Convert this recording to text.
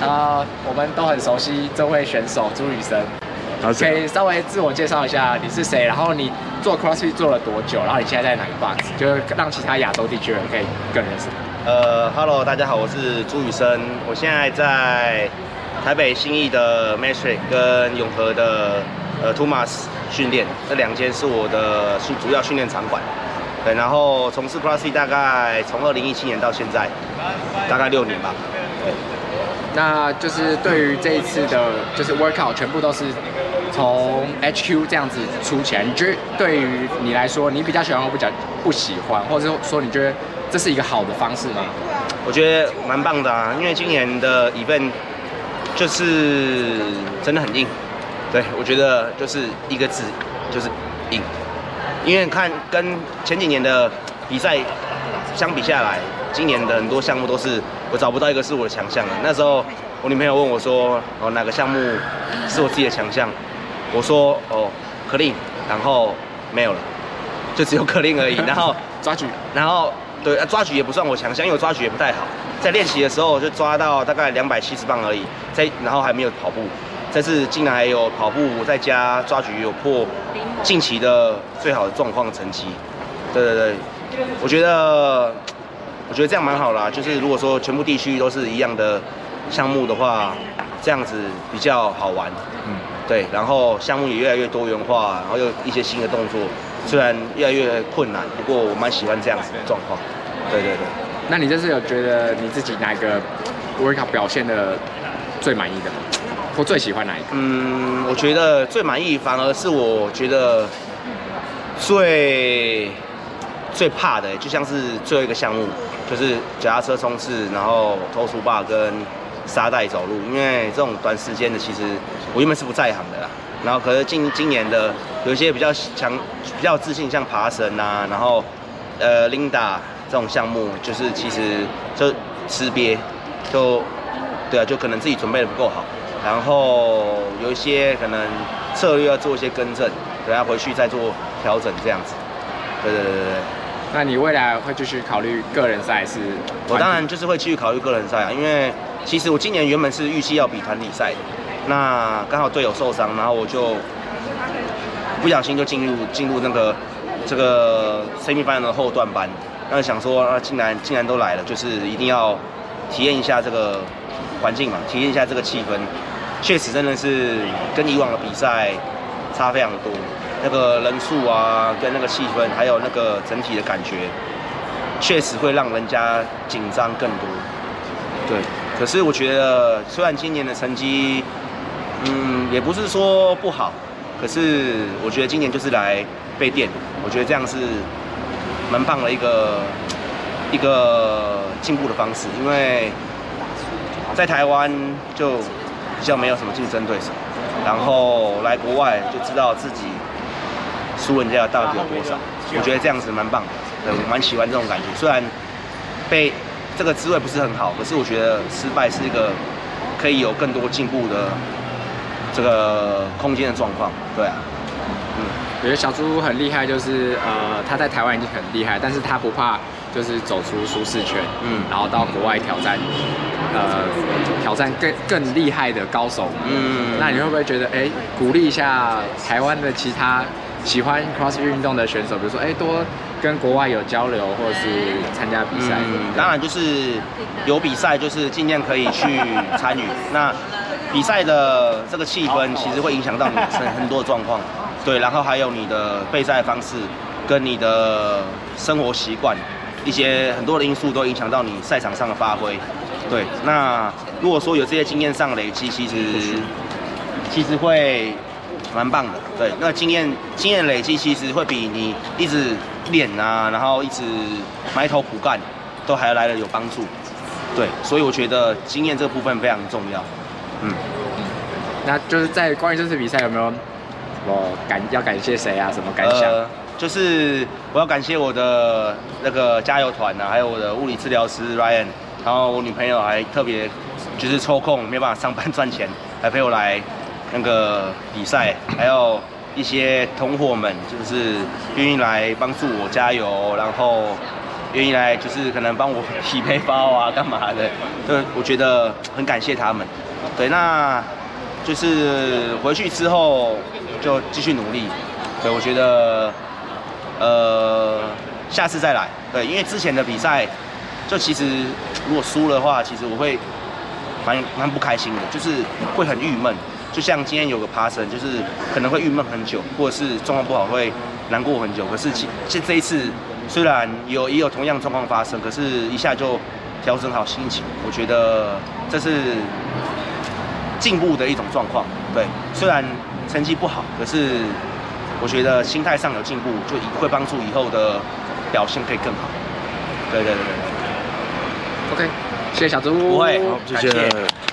看到我们都很熟悉这位选手朱雨生，可以稍微自我介绍一下你是谁，然后你做 CrossFit 做了多久，然后你现在在哪个 box， 就是让其他亚洲地区人可以更认识。 Hello， 大家好，我是朱雨生，我现在在台北信义的 Matrix 跟永和的Tumas 训练，这2间是我的主要训练场馆。对，然后从事 CrossFit 大概从2017年到现在，大概6年吧。对。 那就是对于这一次的，就是 workout 全部都是从 HQ 这样子出起来。你觉得对于你来说，你比较喜欢或比较不喜欢，或者说你觉得这是一个好的方式吗？ 我觉得蛮棒的啊，因为今年的 event 就是真的很硬。对，我觉得就是一个字，就是硬。因为看跟前几年的比赛相比下来，今年的很多项目都是我找不到一个是我的强项的。那时候我女朋友问我说，哪个项目是我自己的强项？我说clean，然后没有了，就只有clean而已。然后抓举， 然后对抓举也不算我强项，因为我抓举也不太好。在练习的时候就抓到大概270磅而已，然后还没有跑步。这次竟然还有跑步，再加抓举有破近期的最好的状况成绩。对，我觉得这样蛮好啦。就是如果说全部地区都是一样的项目的话，这样子比较好玩。对，然后项目也越来越多元化，然后又一些新的动作，虽然越来越困难，不过我蛮喜欢这样子的状况。对。 那你这次有觉得你自己哪一个 workout 表现的最满意的吗？或最喜欢哪一个？ 我觉得最满意反而是我觉得最怕的，就像是最后一个项目，就是脚踏车冲刺，然后投鼠把跟沙袋走路。因为这种短时间的，其实我原本是不在行的啦。然后可是今年的有一些比较强、比较自信，像爬绳啊，然后Linda 这种项目，就是其实就吃瘪，就对啊，就可能自己准备的不够好。然后有一些可能策略要做一些更正，等下回去再做调整这样子。对。 那你未来会继续考虑个人赛是？ 我当然就是会继续考虑个人赛啊，因为其实我今年原本是预计要比团体赛的，那刚好队友受伤，然后我就不小心就进入那个这个 semi-final 的后段班，那想说既然都来了，就是一定要体验一下这个环境嘛，体验一下这个气氛。确实真的是跟以往的比赛差非常多，那个人数啊，跟那个气氛，还有那个整体的感觉，确实会让人家紧张更多。对，可是我觉得虽然今年的成绩，也不是说不好，可是我觉得今年就是来被电，我觉得这样是蛮棒的一个进步的方式，因为在台湾就比较没有什么竞争对手，然后来国外就知道自己输人家到底有多少。我觉得这样子蛮棒的，对，我蛮喜欢这种感觉。虽然被这个滋味不是很好，可是我觉得失败是一个可以有更多进步的这个空间的状况。对啊， 我觉得小猪很厉害，就是他在台湾已经很厉害，但是他不怕就是走出舒适圈，然后到国外挑战更厉害的高手，那你会不会觉得鼓励一下台湾的其他喜欢 CrossFit 运动的选手，比如说多跟国外有交流，或者是参加比赛？ 当然就是有比赛，就是尽量可以去参与。那比赛的这个气氛其实会影响到你很多的状况，对，然后还有你的备赛方式跟你的生活习惯，一些很多的因素都影响到你赛场上的发挥。对，那如果说有这些经验上的累积，其实会蛮棒的。对，那经验累积其实会比你一直练啊，然后一直埋头苦干，都还来得有帮助。对，所以我觉得经验这部分非常重要。 那就是在关于这次比赛有没有要感谢谁啊？什么感想？ 就是我要感谢我的那个加油团啊，还有我的物理治疗师 Ryan， 然后我女朋友还特别就是抽空没办法上班赚钱，还陪我来那个比赛，还有一些同伙们就是愿意来帮助我加油，然后愿意来就是可能帮我匹配包啊干嘛的，对，我觉得很感谢他们。对，那就是回去之后就继续努力。对，我觉得下次再来。对，因为之前的比赛，就其实如果输的话，其实我会蛮不开心的，就是会很郁闷。就像今天有个爬升，就是可能会郁闷很久，或者是状况不好会难过很久。可是这一次虽然也有同样状况发生，可是一下就调整好心情，我觉得这是进步的一种状况。对，虽然成绩不好，可是我觉得心态上有进步，就会帮助以后的表现可以更好。对。OK， 谢谢小猪。 不会， 好，谢谢。